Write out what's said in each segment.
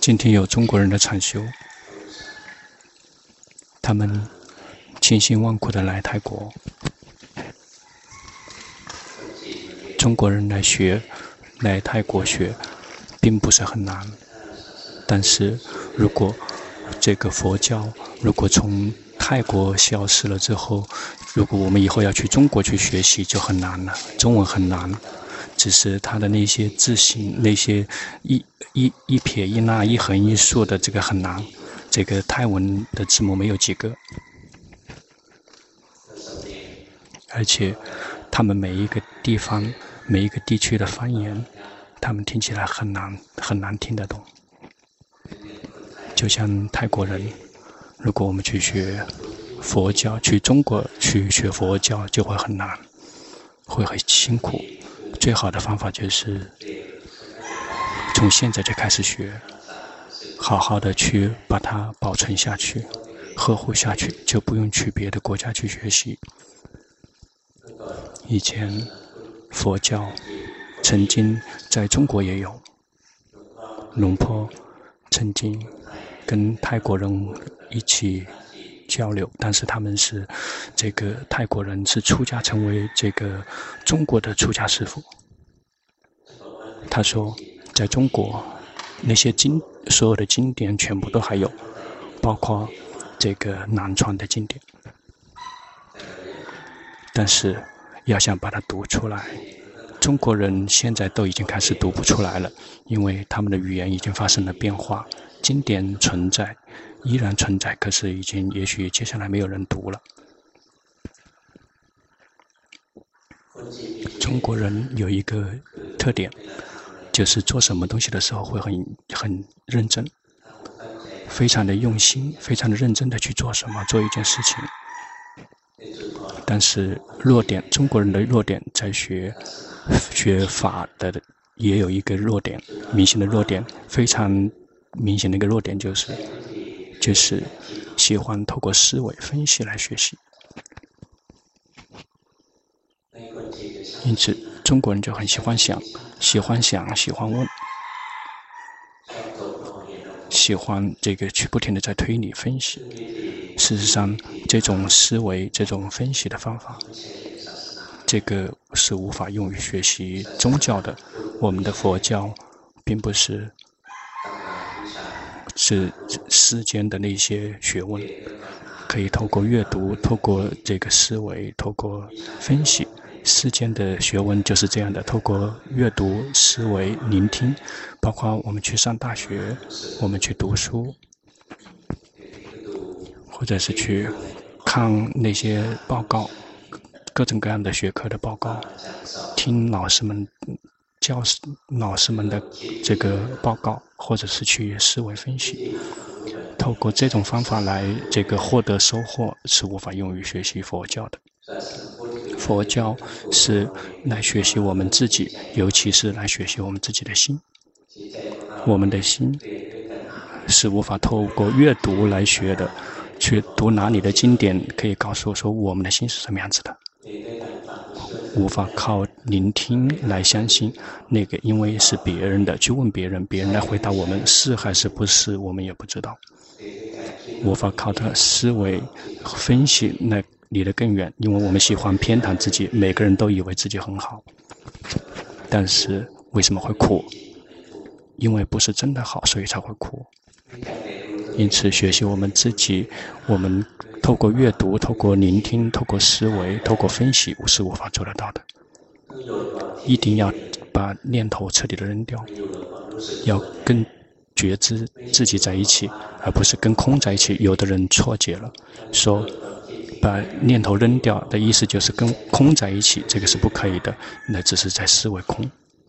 今天有中国人的禅修，他们千辛万苦的来泰国。中国人来泰国学，并不是很难。但是如果这个佛教如果从泰国消失了之后，如果我们以后要去中国去学习就很难了。中文很难，只是它的那些字形，那些一撇一捺一横一竖的这个很难。这个泰文的字母没有几个，而且他们每一个地方每一个地区的方言，他们听起来很难听得懂。就像泰国人，如果我们去学佛教，去中国去学佛教就会很难，会很辛苦。最好的方法就是从现在就开始学，好好的去把它保存下去，呵护下去，就不用去别的国家去学习。以前佛教曾经在中国也有，龙坡曾经跟泰国人一起交流，但是他们是这个泰国人是出家成为这个中国的出家师父。他说在中国那些所有的经典全部都还有，包括这个南传的经典，但是要想把它读出来，中国人现在都已经开始读不出来了，因为他们的语言已经发生了变化。经典存在，依然存在，可是也许接下来没有人读了。中国人有一个特点，就是做什么东西的时候会很认真，非常的用心，非常的认真的去做做一件事情。但是弱点，中国人的弱点在学法的也有一个弱点，明显的弱点，非常明显的一个弱点就是喜欢透过思维分析来学习。因此中国人就很喜欢想，喜欢问，喜欢这个去不停的在推理分析。事实上这种思维这种分析的方法，这个是无法用于学习宗教的。我们的佛教并不是世间的那些学问，可以透过阅读，透过这个思维，透过分析。世间的学问就是这样的，透过阅读、思维、聆听，包括我们去上大学，我们去读书，或者是去看那些报告，各种各样的学科的报告，听老师们的这个报告，或者是去思维分析。透过这种方法来这个获得收获，是无法用于学习佛教的。佛教是来学习我们自己，尤其是来学习我们自己的心。我们的心是无法透过阅读来学的，去读哪里的经典可以告诉我说我们的心是什么样子的，无法靠聆听来相信那个，因为是别人的，去问别人来回答我们是还是不是，我们也不知道。无法靠他思维分析来离得更远，因为我们喜欢偏袒自己，每个人都以为自己很好，但是为什么会苦？因为不是真的好，所以才会苦。因此学习我们自己，我们透过阅读，透过聆听，透过思维，透过分析，是无法做得到的。一定要把念头彻底的扔掉，要跟觉知自己在一起，而不是跟空在一起。有的人错解了，说把念头扔掉的意思就是跟空在一起，这个是不可以的，那只是在思维空。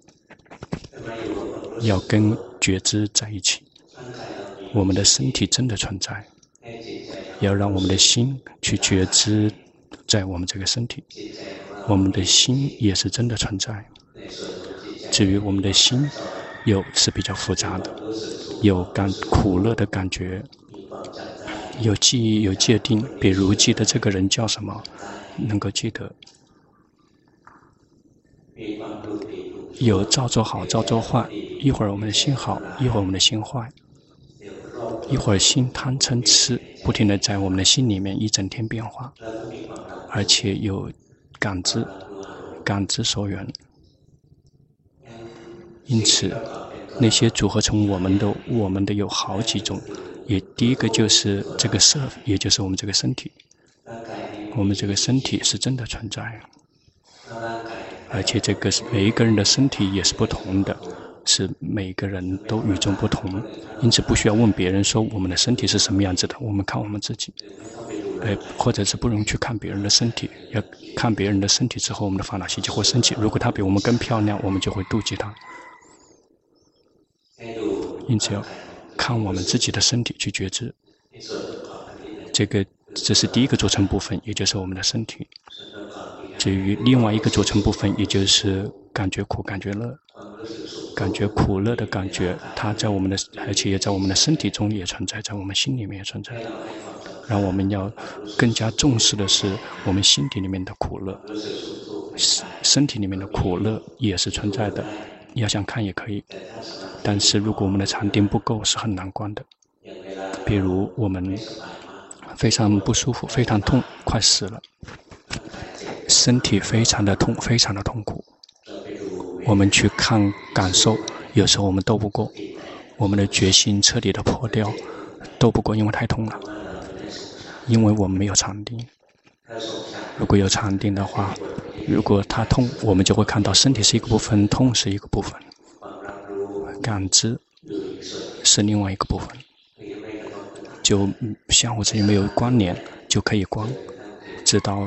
要跟觉知在一起，我们的身体真的存在，要让我们的心去觉知在我们这个身体，我们的心也是真的存在。至于我们的心是比较复杂的，有苦乐的感觉，有记忆，有界定，比如记得这个人叫什么，能够记得，有照做好照做坏，一会儿我们的心好，一会儿我们的心坏， 一会儿心贪嗔痴不停地在我们的心里面一整天变化，而且有感知所缘。因此，那些组合成我们的有好几种。第一个就是这个色，也就是我们这个身体。我们这个身体是真的存在，而且这个每一个人的身体也是不同的，是每个人都与众不同。因此，不需要问别人说我们的身体是什么样子的，我们看我们自己。或者是不容去看别人的身体，要看别人的身体之后，我们的烦恼习气会升起。如果他比我们更漂亮，我们就会妒忌他。因此要看我们自己的身体去觉知。这是第一个组成部分，也就是我们的身体。至于另外一个组成部分，也就是感觉苦、感觉乐、感觉苦乐的感觉，它在我们的，而且也在我们的身体中也存在，在我们心里面也存在。然后我们要更加重视的是我们心底里面的苦乐，身体里面的苦乐也是存在的。你要想看也可以，但是如果我们的禅定不够，是很难观的。比如我们非常不舒服，非常痛，快死了，身体非常的痛，非常的痛苦。我们去看感受，有时候我们斗不过，我们的决心彻底的破掉，斗不过，因为太痛了，因为我们没有禅定。如果有禅定的话，如果它痛，我们就会看到身体是一个部分，痛是一个部分，感知是另外一个部分，就相互之间没有关联，就可以观，直到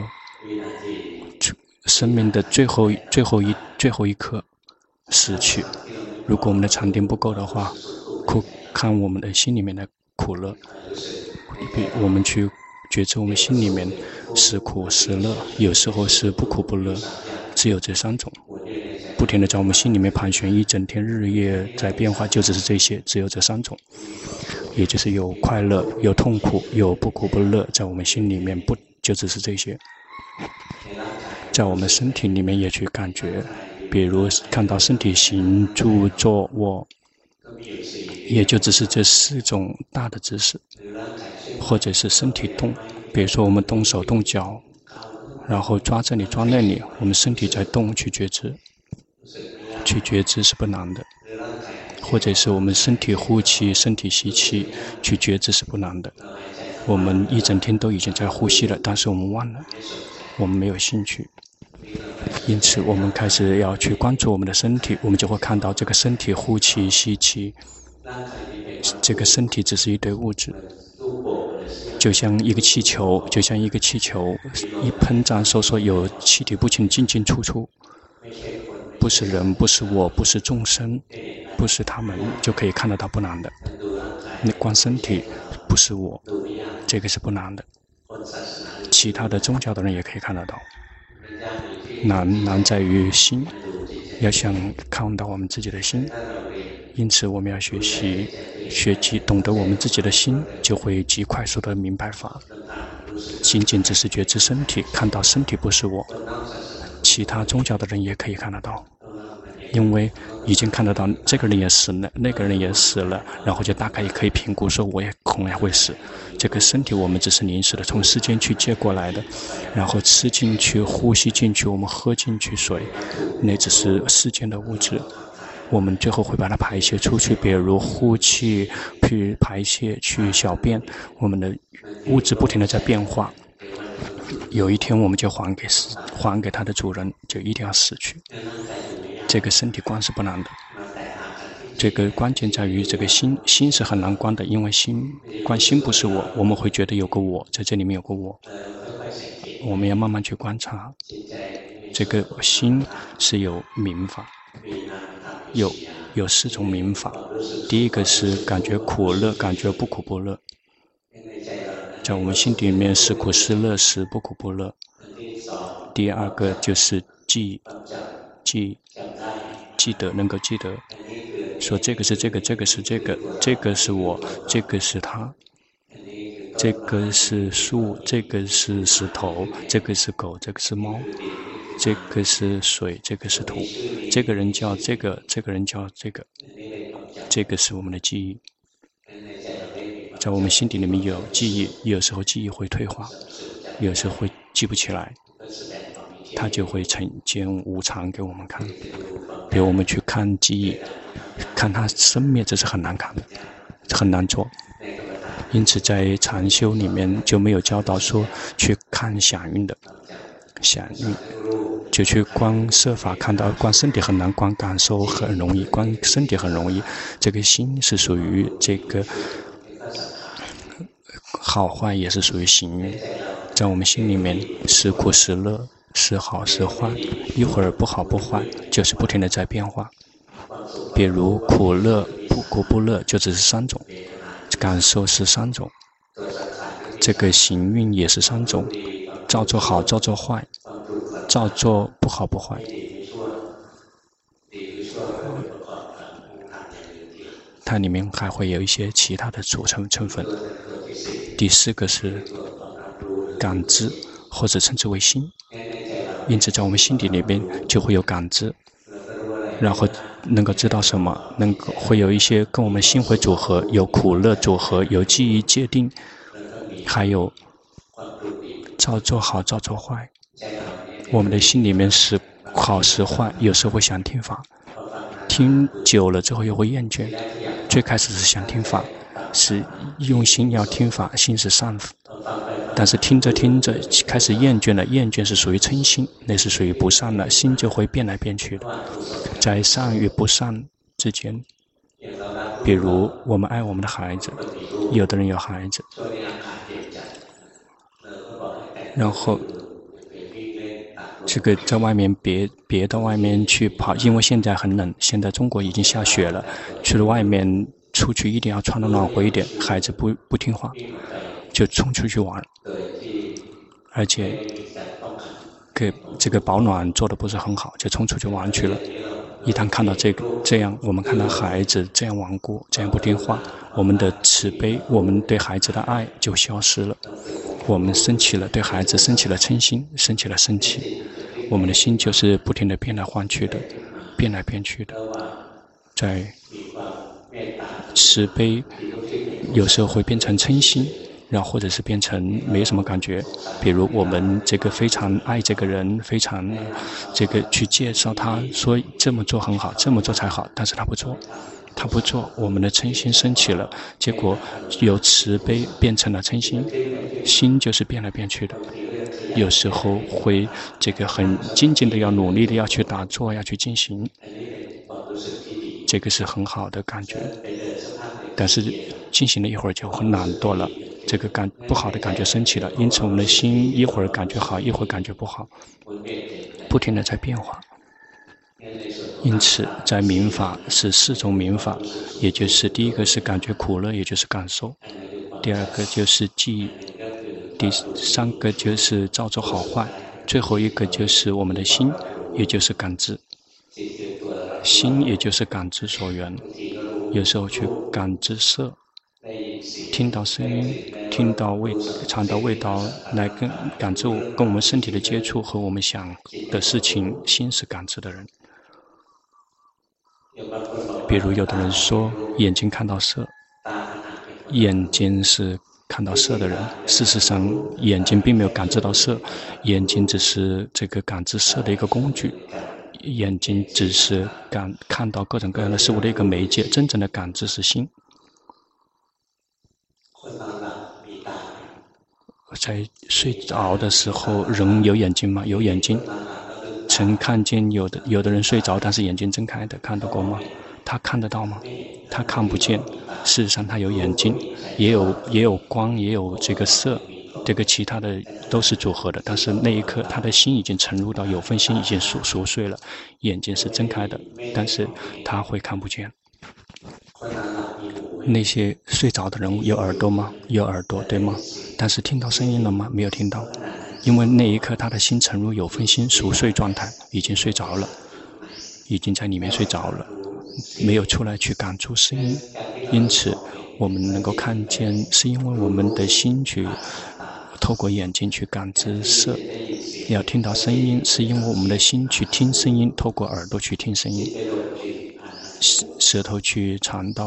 生命的最后一刻死去。如果我们的禅定不够的话，看我们的心里面的苦乐，我们去觉知我们心里面是苦是乐，有时候是不苦不乐，只有这三种，不停地在我们心里面盘旋，一整天日夜在变化，就只是这些，只有这三种，也就是有快乐、有痛苦、有不苦不乐，在我们心里面就只是这些。在我们身体里面也去感觉，比如看到身体行住坐卧，也就只是这四种大的姿势，或者是身体动，比如说我们动手动脚，然后抓这里抓那里，我们身体在动，去觉知是不难的。或者是我们身体呼气，身体吸气，去觉知是不难的。我们一整天都已经在呼吸了，但是我们忘了，我们没有兴趣。因此我们开始要去关注我们的身体，我们就会看到这个身体呼气吸气，这个身体只是一堆物质，就像一个气球，一膨胀收缩，有气体不停进进出出，不是人，不是我，不是众生，不是他们，就可以看得到不难的。你观身体不是我，这个是不难的，其他的宗教的人也可以看得到。难在于心，要想看到我们自己的心，因此我们要学习懂得我们自己的心，就会极快速的明白法。仅仅只是觉知身体，看到身体不是我，其他宗教的人也可以看得到，因为已经看得到这个人也死了，那个人也死了，然后就大概也可以评估说我也恐然会死。这个身体我们只是临时的从世间去借过来的，然后吃进去呼吸进去，我们喝进去水，那只是世间的物质，我们最后会把它排泄出去，比如呼气去排泄去小便，我们的物质不停地在变化，有一天我们就还给它的主人，就一定要死去。这个身体观是不难的，这个关键在于这个心是很难观的，因为观心不是我，我们会觉得有个我，在这里面有个我，我们要慢慢去观察。这个心是有明法，有四种明法。第一个是感觉苦乐，感觉不苦不乐，在我们心底里面是苦是乐，是不苦不乐。第二个就是记得，能够记得，说这个是这个，这个是这个，这个是我，这个是他，这个是树，这个是石头，这个是狗，这个是猫，这个是水，这个是土，这个人叫这个，这个人叫这个，这个是我们的记忆。 在我们心底里面有记忆，有时候记忆会退化，有时候会记不起来，它就会呈现无常给我们看。比如我们去看记忆，看它生灭，这是很难看的，很难做。因此在禅修里面就没有教导说去看响应的，响应就去观色法，看到观身体很难，观感受很容易，观身体很容易。这个心是属于这个好坏，也是属于行运。在我们心里面，时苦时乐，时好时坏，一会儿不好不坏，就是不停的在变化。比如苦乐不苦不乐，就只是三种，感受是三种，这个行运也是三种，照做好，照做坏，照做不好不坏。它里面还会有一些其他的组成成分。第四个是感知，或者称之为心。因此在我们心底里边就会有感知，然后能够知道什么，能够会有一些跟我们心会组合，有苦乐组合，有记忆界定，还有照做好，照做坏。我们的心里面是好是坏，有时候会想听法，听久了之后又会厌倦。最开始是想听法，是用心要听法，心是善，但是听着听着开始厌倦了，厌倦是属于嗔心，那是属于不善了，心就会变来变去的，在善与不善之间。比如我们爱我们的孩子，有的人有孩子，然后这个在外面别到外面去跑，因为现在很冷，现在中国已经下雪了，去了外面出去一定要穿得暖和一点，孩子不听话，就冲出去玩，而且给这个保暖做得不是很好，就冲出去玩去了。一旦看到这样，我们看到孩子这样顽固，这样不听话，我们的慈悲，我们对孩子的爱就消失了。我们升起了对孩子升起了嗔心，升起了生气，我们的心就是不停地变来换去的，变来变去的。在慈悲有时候会变成嗔心，然后或者是变成没什么感觉。比如我们这个非常爱这个人，非常这个去介绍他，说这么做很好，这么做才好，但是他不做，我们的嗔心升起了，结果由慈悲变成了嗔心，心就是变来变去的。有时候会这个很精进的要努力的要去打坐，要去进行，这个是很好的感觉，但是进行了一会儿就很懒惰了，这个不好的感觉升起了，因此我们的心一会儿感觉好，一会儿感觉不好，不停的在变化。因此在明法是4种明法，也就是第一个是感觉苦乐，也就是感受，第二个就是记忆，第三个就是照做好坏，最后一个就是我们的心，也就是感知。心也就是感知所缘，有时候去感知色，听到声音，听到味，尝到味道，来感知跟我们身体的接触和我们想的事情，心是感知的人。比如有的人说眼睛看到色，眼睛是看到色的人，事实上眼睛并没有感知到色，眼睛只是这个感知色的一个工具，眼睛只是看到各种各样的事物的一个媒介，真正的感知是心。在睡着的时候，人有眼睛吗？有眼睛。曾看见有的人睡着，但是眼睛睁开的，看到过吗？他看得到吗？他看不见。事实上他有眼睛，也有光，也有这个色，这个其他的都是组合的，但是那一刻他的心已经沉入到有分心，已经熟睡了，眼睛是睁开的，但是他会看不见。那些睡着的人有耳朵吗？有耳朵，对吗？但是听到声音了吗？没有听到，因为那一刻他的心沉入有分心熟睡状态，已经睡着了，已经在里面睡着了，没有出来去感触声音。因此我们能够看见，是因为我们的心去透过眼睛去感知色，要听到声音，是因为我们的心去听声音，透过耳朵去听声音，舌头去尝到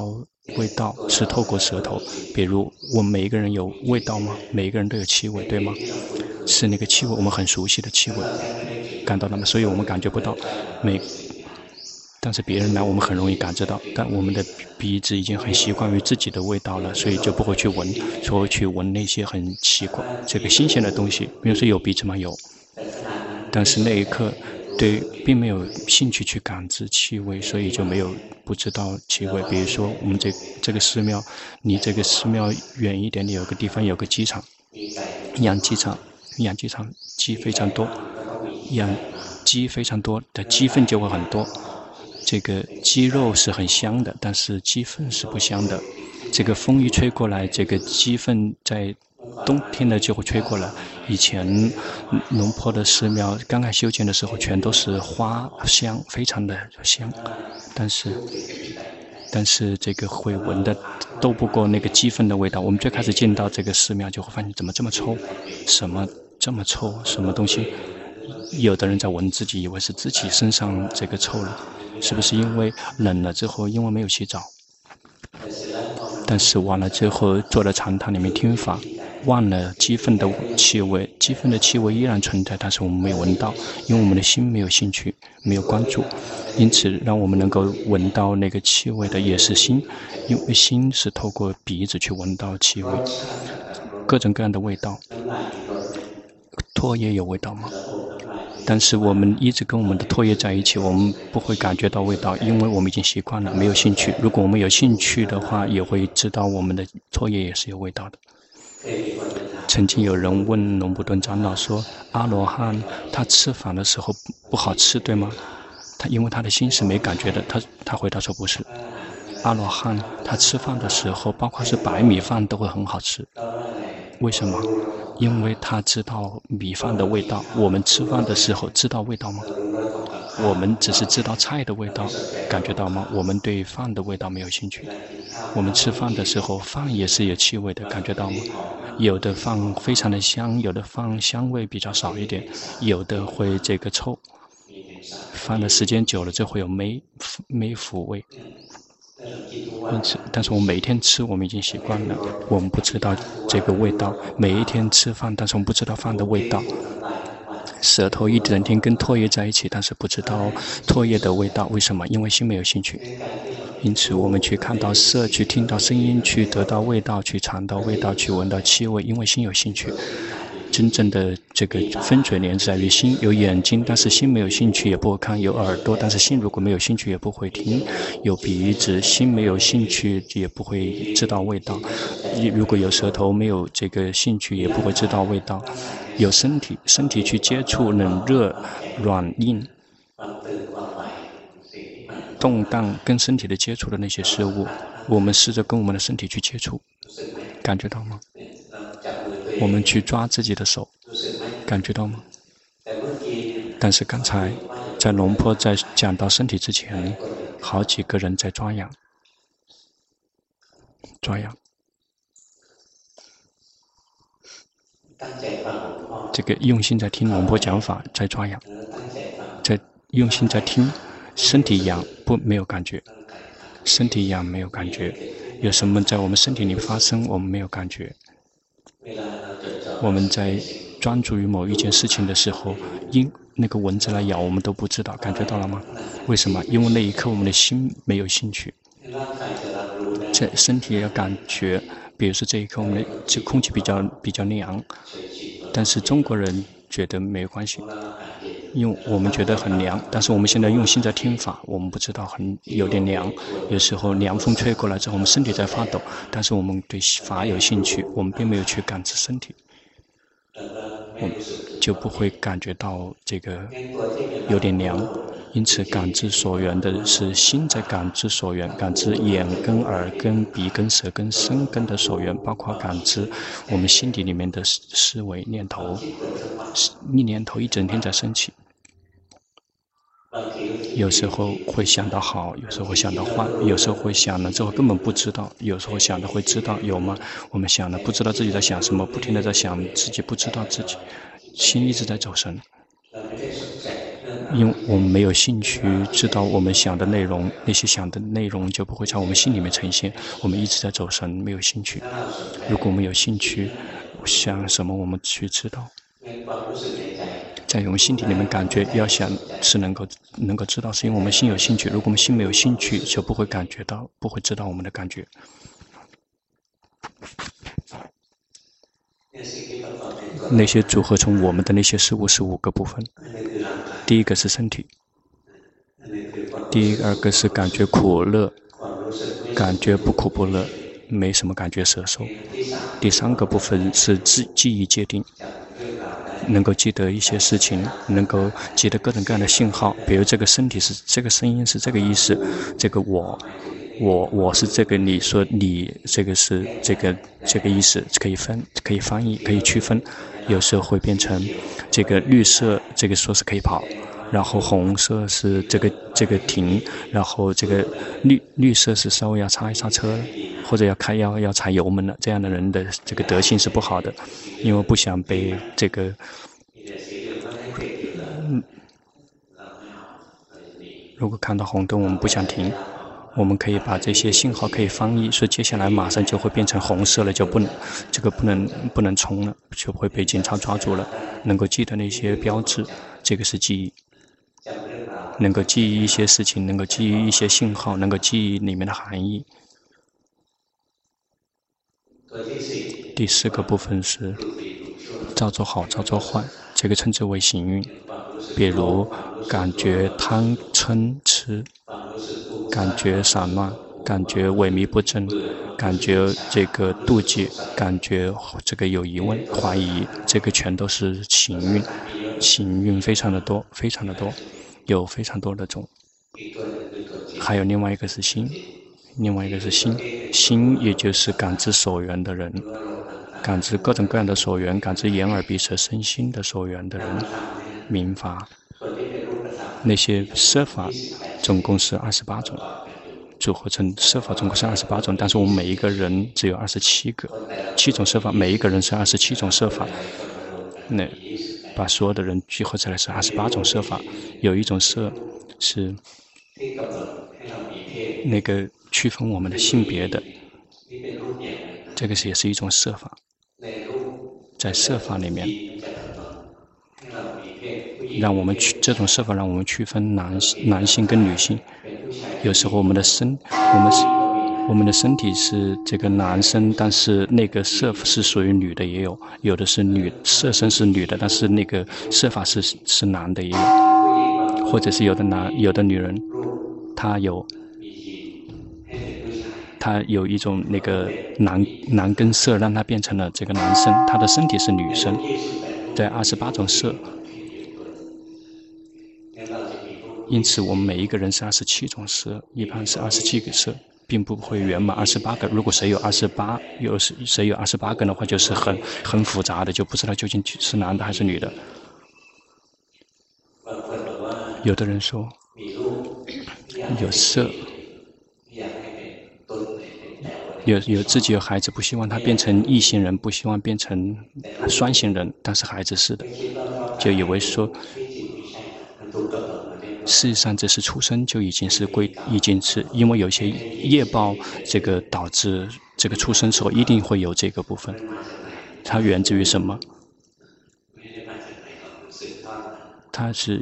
味道是透过舌头，比如我们每一个人有味道吗？每一个人都有气味，对吗？是那个气味，我们很熟悉的气味，感到了吗？所以我们感觉不到每。但是别人呢，我们很容易感知到，但我们的鼻子已经很习惯于自己的味道了，所以就不会去闻，说去闻那些很奇怪、这个新鲜的东西。比如说有鼻子吗？有，但是那一刻对并没有兴趣去感知气味，所以就没有不知道气味。比如说我们这个寺庙，离这个寺庙远一点的有个地方有个鸡场，养鸡场，养鸡场鸡非常多，养鸡非常多的鸡粪就会很多。这个鸡肉是很香的，但是鸡粪是不香的。这个风一吹过来，这个鸡粪在冬天呢就会吹过来。以前龙坡的寺庙刚刚修建的时候，全都是花香，非常的香，但是这个会闻的都不过那个鸡粪的味道。我们最开始进到这个寺庙，就会发现怎么这么臭，什么这么臭，什么东西？有的人在闻自己，以为是自己身上这个臭了。是不是因为冷了之后，因为没有洗澡？但是完了之后，坐在禅堂里面听法，忘了鸡粪的气味，鸡粪的气味依然存在，但是我们没有闻到，因为我们的心没有兴趣，没有关注，因此让我们能够闻到那个气味的也是心，因为心是透过鼻子去闻到气味，各种各样的味道。唾液有味道吗？但是我们一直跟我们的唾液在一起，我们不会感觉到味道，因为我们已经习惯了，没有兴趣。如果我们有兴趣的话，也会知道我们的唾液也是有味道的。曾经有人问龙布顿长老说：“阿罗汉他吃饭的时候不好吃，对吗？”因为他的心是没感觉的。他回答说：“不是。阿罗汉他吃饭的时候，包括是白米饭都会很好吃。为什么？因为他知道米饭的味道。我们吃饭的时候知道味道吗？我们只是知道菜的味道，感觉到吗？我们对饭的味道没有兴趣。我们吃饭的时候，饭也是有气味的，感觉到吗？有的饭非常的香，有的饭香味比较少一点，有的会这个臭。放的时间久了就会有霉腐味。但是我们每天吃，我们已经习惯了，我们不知道这个味道。每一天吃饭，但是我们不知道饭的味道。舌头一整天跟唾液在一起，但是不知道唾液的味道。为什么？因为心没有兴趣。因此我们去看到色，去听到声音，去得到味道，去尝到味道，去闻到气味，因为心有兴趣。真正的这个分水岭在于心。有眼睛，但是心没有兴趣也不会看；有耳朵，但是心如果没有兴趣也不会听；有鼻子，心没有兴趣也不会知道味道；如果有舌头，没有这个兴趣也不会知道味道；有身体，身体去接触冷热软硬动荡跟身体的接触的那些事物，我们试着跟我们的身体去接触，感觉到吗？我们去抓自己的手，感觉到吗？但是刚才在龙坡在讲到身体之前，好几个人在抓痒，这个用心在听龙坡讲法，在抓痒，在用心在听，身体痒没有感觉，身体痒没有感觉，有什么在我们身体里发生，我们没有感觉。我们在专注于某一件事情的时候，因那个蚊子来咬我们都不知道，感觉到了吗？为什么？因为那一刻我们的心没有兴趣。这身体要感觉，比如说这一刻我们的这空气比较凉，但是中国人觉得没有关系，因为我们觉得很凉，但是我们现在用心在听法，我们不知道有点凉，有时候凉风吹过来之后，我们身体在发抖，但是我们对法有兴趣，我们并没有去感知身体，我们就不会感觉到这个有点凉。因此感知所缘的是心在感知所缘，感知眼跟耳跟鼻跟舌跟身根的所缘，包括感知我们心底里面的思维念头，念头一整天在升起，有时候会想到好，有时候会想到坏，有时候会想了之后根本不知道，有时候想了会知道，有吗？我们想了不知道自己在想什么，不停地在想自己不知道自己，心一直在走神。 因为我们没有兴趣知道我们想的内容，那些想的内容就不会在我们心里面呈现。我们一直在走神，没有兴趣。如果我们有兴趣，想什么我们去知道。在我们心底里面感觉，要想是能够知道，是因为我们心有兴趣。如果我们心没有兴趣，就不会感觉到，不会知道我们的感觉。那些组合成我们的那些事物是5个部分。第一个是身体，第二个是感觉苦乐，感觉不苦不乐，没什么感觉摄受。第3个部分是记忆界定，能够记得一些事情，能够记得各种各样的信号，比如这个身体是这个声音是这个意思，这个我是这个，你说你这个是这个意思，可以翻译，可以区分。有时候会变成这个绿色，这个说是可以跑，然后红色是这个停，然后这个绿色是稍微要刹一刹车了，或者要踩油门了。这样的人的这个德性是不好的，因为不想被这个如果看到红灯我们不想停，我们可以把这些信号可以翻译，说接下来马上就会变成红色了，就不能冲了，就会被警察抓住了。能够记得那些标志，这个是记忆。能够记忆一些事情，能够记忆一些信号，能够记忆里面的含义。第4个部分是造作好，造作坏，这个称之为行运。比如感觉贪嗔痴，感觉散乱，感觉萎靡不振，感觉这个妒忌，感觉这个有疑问、怀疑，这个全都是行运。行运非常的多，非常的多，有非常多的种。还有另外一个是心，心也就是感知所缘的人，感知各种各样的所缘，感知眼耳鼻舌身心的所缘的人，明法。那些设法总共是28种，组合成设法总共是28种，但是我们每一个人只有27个，7种设法，每一个人是27种设法。那把所有的人聚合起来是28种设法。有一种设是那个区分我们的性别的，这个也是一种设法。在设法里面，这种设法让我们区分男性跟女性。有时候我们的身体是这个男生，但是那个设是属于女的也有，有的是设身是女的，但是那个设法是男的也有，或者是有的女人，她有一种那个男根色，让她变成了这个男生，她的身体是女生。在28种色，因此我们每一个人是27种色，一般是27个色，并不会圆满28个。如果谁有谁有28个的话，就是很复杂的，就不知道究竟是男的还是女的。有的人说有色，有自己有孩子，不希望他变成异性人，不希望变成双性人，但是孩子是的，就以为说事实上这是出生就已经是因为有些业报，这个导致这个出生时候一定会有这个部分。它源自于什么？它是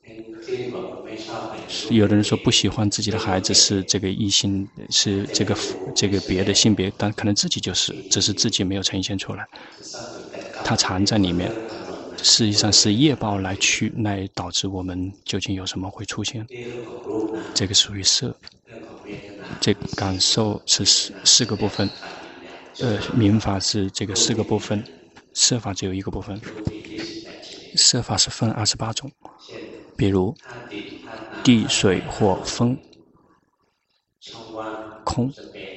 有的人说不喜欢自己的孩子是这个异性，是这个别的性别，但可能自己就是，只是自己没有呈现出来，它藏在里面。实际上是业报来导致我们究竟有什么会出现。这个属于色，这个感受是4个部分，明法是这个4个部分，色法只有1个部分。色法是分28种，比如地、水、火、风、空，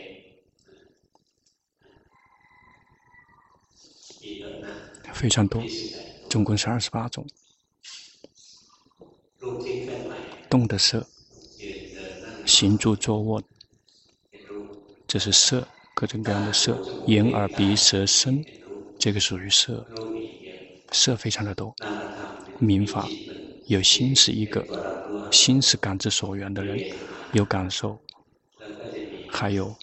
非常多，总共是28种。动的色，行住坐卧，这是色，各种各样的色。眼耳鼻舌身，这个属于色，色非常的多。明法有心是一个，心是感知所缘的人，有感受，还有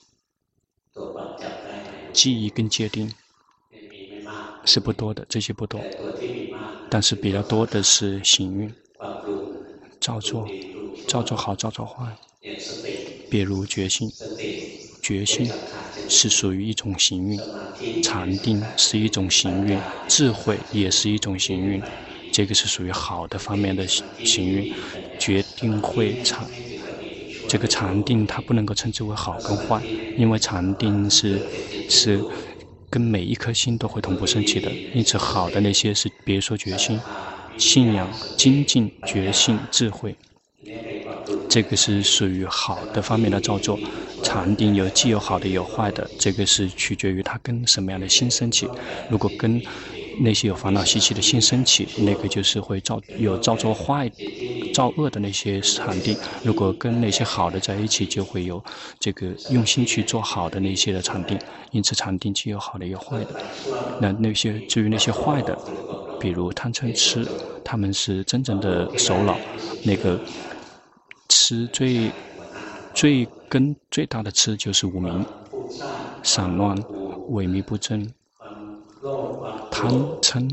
记忆跟界定是不多的，这些不多，但是比较多的是行运，照做好，照做坏。比如觉性，觉性是属于一种行运，禅定是一种行运，智慧也是一种行运，这个是属于好的方面的行运。决定会这个禅定它不能够称之为好跟坏，因为禅定是跟每一颗心都会同步升起的，因此好的那些是，比如说决心、信仰、精进、觉性、智慧，这个是属于好的方面的造作。禅定既有好的，也有坏的，这个是取决于它跟什么样的心升起。如果跟那些有烦恼习气的心升起，那个就是会造作坏、造恶的那些禅定；如果跟那些好的在一起，就会有这个用心去做好的那些的禅定。因此，禅定既有好的，也有坏的。至于那些坏的，比如贪嗔痴，他们是真正的首脑。那个痴最大的痴就是无明、散乱、萎靡不振、贪嗔、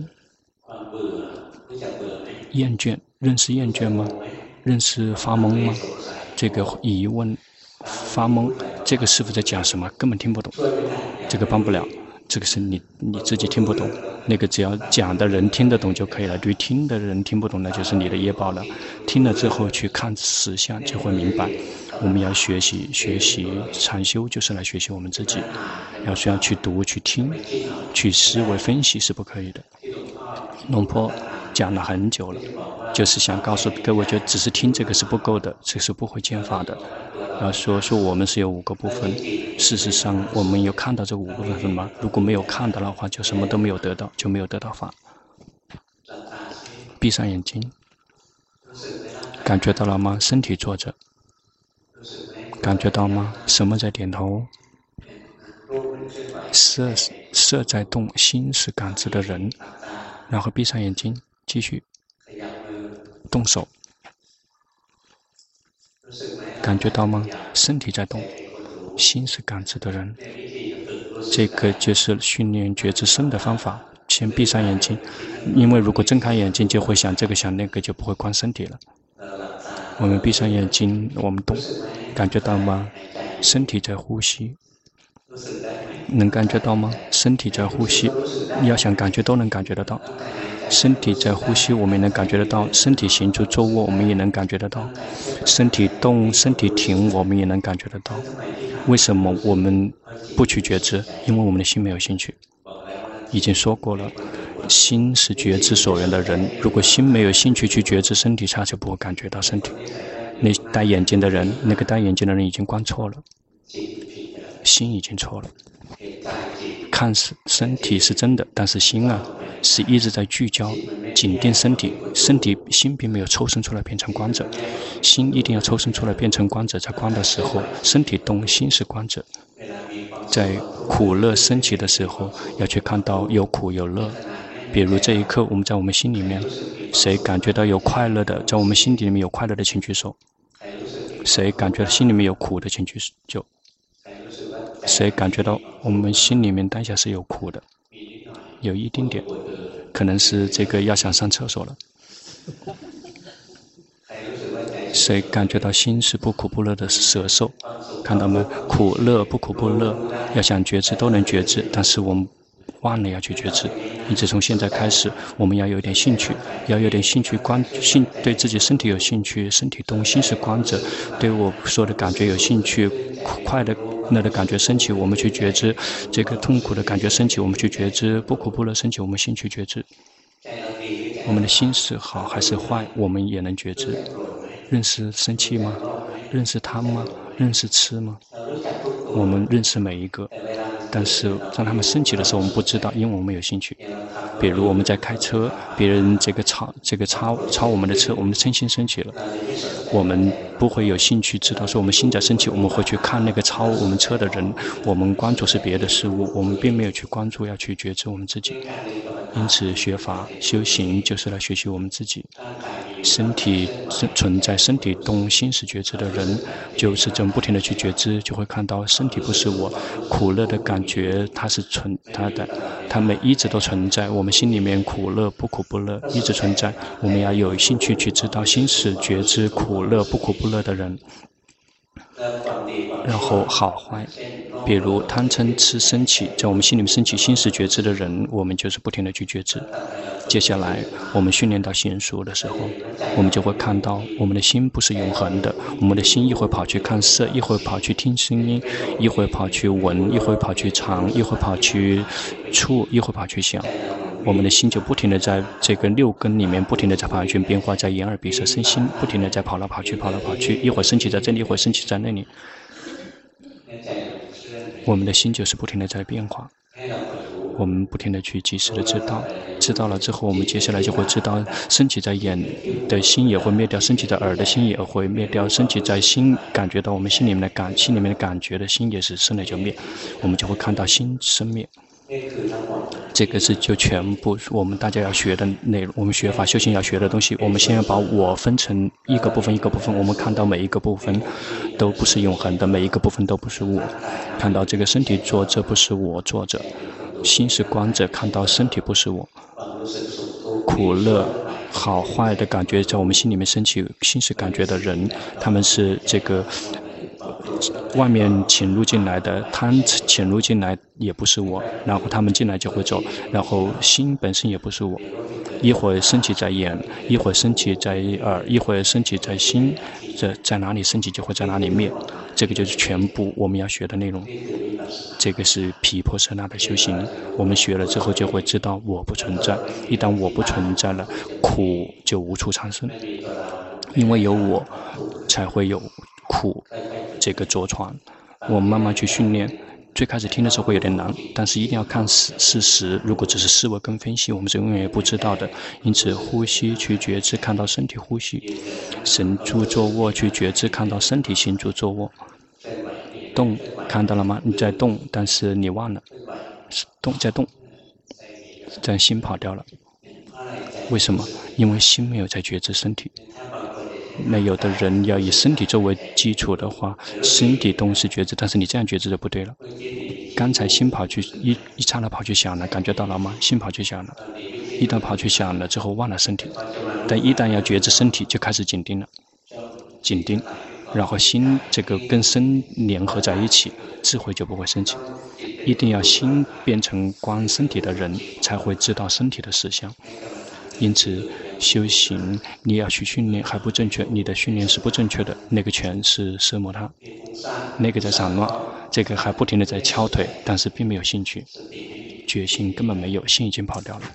厌倦。认识厌倦吗？认识发懵吗？这个疑问发懵，这个师父在讲什么？根本听不懂，这个帮不了。这个是你自己听不懂，那个只要讲的人听得懂就可以了。对于听的人听不懂，那就是你的业报了。听了之后去看实相，就会明白。我们要学习禅修，就是来学习我们自己。需要去读、去听、去思维分析是不可以的。龙坡讲了很久了，就是想告诉各位，就只是听这个是不够的，这是不会见法的。说我们是有5个部分，事实上我们有看到这5个部分吗？如果没有看到的话，就什么都没有得到，就没有得到法。闭上眼睛，感觉到了吗？身体坐着，感觉到吗？什么在点头？色在动，心是感知的人。然后闭上眼睛，继续动手。感觉到吗？身体在动，心是感知的人。这个就是训练觉知身的方法。先闭上眼睛，因为如果睁开眼睛就会想这个想那个，就不会观身体了。我们闭上眼睛，我们动，感觉到吗？身体在呼吸，能感觉到吗？身体在呼吸，你要想感觉都能感觉得到。身体在呼吸，我们也能感觉得到；身体行住坐卧，我们也能感觉得到；身体动、身体停，我们也能感觉得到。为什么我们不去觉知？因为我们的心没有兴趣。已经说过了，心是觉知所缘的人。如果心没有兴趣去觉知身体，他就不会感觉到身体。那戴眼镜的人，那个戴眼镜的人已经观错了，心已经错了。看身体是真的，但是心是一直在聚焦、紧盯身体，心并没有抽身出来变成观者，心一定要抽身出来变成观者。在观的时候，身体动，心是观者。在苦乐升起的时候，要去看到有苦有乐。比如这一刻，我们在我们心里面，谁感觉到有快乐的，在我们心底里面有快乐的，请举手。谁感觉到心里面有苦的，请举手。谁感觉到我们心里面当下是有苦的，有一丁点，可能是这个要想上厕所了。谁感觉到心是不苦不乐的舍受？看到吗？苦乐不苦不乐，要想觉知都能觉知，但是我们忘了要去觉知。因此从现在开始，我们要有点兴趣，对自己身体有兴趣，身体动，心是观者，对我说的感觉有兴趣，快乐的感觉升起，我们去觉知；这个痛苦的感觉升起，我们去觉知；不苦不乐升起，我们心去觉知。我们的心是好还是坏，我们也能觉知。认识生气吗？认识贪吗？认识吃吗？我们认识每一个，但是当他们升起的时候，我们不知道，因为我们没有兴趣。比如我们在开车，别人超我们的车，我们的嗔心升起了， 我们不会有兴趣知道说我们心在升起，我们会去看那个超我们车的人，我们关注是别的事物，我们并没有去关注要去觉知我们自己。因此，学法修行就是来学习我们自己。身体存在，身体动，心是觉知的人，就是这么不停的去觉知，就会看到身体不是我，苦乐的感觉它是它们一直都存在。我们心里面苦乐不苦不乐一直存在，我们要有兴趣去知道心是觉知苦乐不苦不乐的人。然后好坏，比如贪嗔痴升起，在我们心里面升起心是觉知的人，我们就是不停的去觉知。接下来我们训练到娴熟的时候，我们就会看到我们的心不是永恒的，我们的心一会跑去看色，一会跑去听声音，一会跑去闻，一会跑去尝，一会跑去触，一会跑去想。我们的心就不停地在这个六根里面不停地在盘旋变化，在眼耳鼻舌身心不停地在跑来跑去，一会儿升起在这里，一会儿升起在那里。我们的心就是不停地在变化，我们不停地去及时的知道了之后，我们接下来就会知道，升起在眼的心也会灭掉，升起在耳的心也会灭掉，升起在心感觉到我们心里面的感觉的心也是生了就灭，我们就会看到心生灭。这个是就全部我们大家要学的内容，我们学法修行要学的东西。我们先要把我分成一个部分，我们看到每一个部分都不是永恒的，每一个部分都不是我。看到这个身体坐着不是我坐着，心是观着，看到身体不是我。苦乐好坏的感觉在我们心里面升起，心是感觉的人，他们是这个外面潜入进来的，贪潜入进来也不是我，然后他们进来就会走，然后心本身也不是我，一会儿升起在眼，一会儿升起在耳，一会儿升起在心，这在哪里升起就会在哪里灭，这个就是全部我们要学的内容。这个是毗婆舍那的修行，我们学了之后就会知道我不存在，一旦我不存在了，苦就无处产生，因为有我才会有苦这个着床。我们慢慢去训练，最开始听的时候会有点难，但是一定要看事实，如果只是思维跟分析，我们是永远也不知道的。因此呼吸去觉知，看到身体呼吸，神住坐卧去觉知，看到身体行住坐卧，动看到了吗？你在动，但是你忘了在动，但心跑掉了。为什么？因为心没有在觉知身体。那有的人要以身体作为基础的话，身体动是觉知，但是你这样觉知就不对了。刚才心跑去一刹那跑去想了，感觉到了吗？心跑去想了，一旦跑去想了之后忘了身体，但一旦要觉知身体就开始紧盯了，紧盯，然后心这个跟身联合在一起，智慧就不会升起。一定要心变成观身体的人，才会知道身体的实相。因此修行你要去训练还不正确，你的训练是不正确的，那个拳是奢摩他，那个在散乱，这个还不停地在敲腿，但是并没有兴趣，决心根本没有，心已经跑掉了。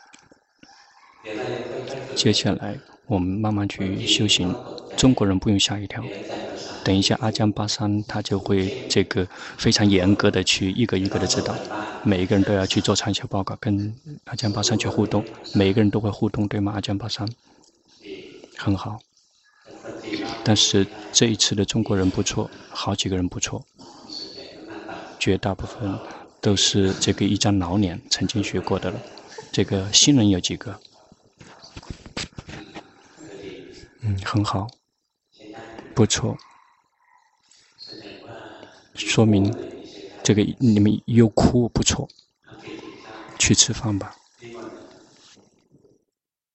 接下来我们慢慢去修行，中国人不用吓一跳，等一下阿姜巴桑他就会这个非常严格的去一个一个的指导，每一个人都要去做长修报告，跟阿姜巴桑去互动，每一个人都会互动，对吗？阿姜巴桑很好，但是这一次的中国人不错，好几个人不错，绝大部分都是这个一张老脸曾经学过的了。这个新人有几个？很好，不错，说明这个你们又哭不错，去吃饭吧。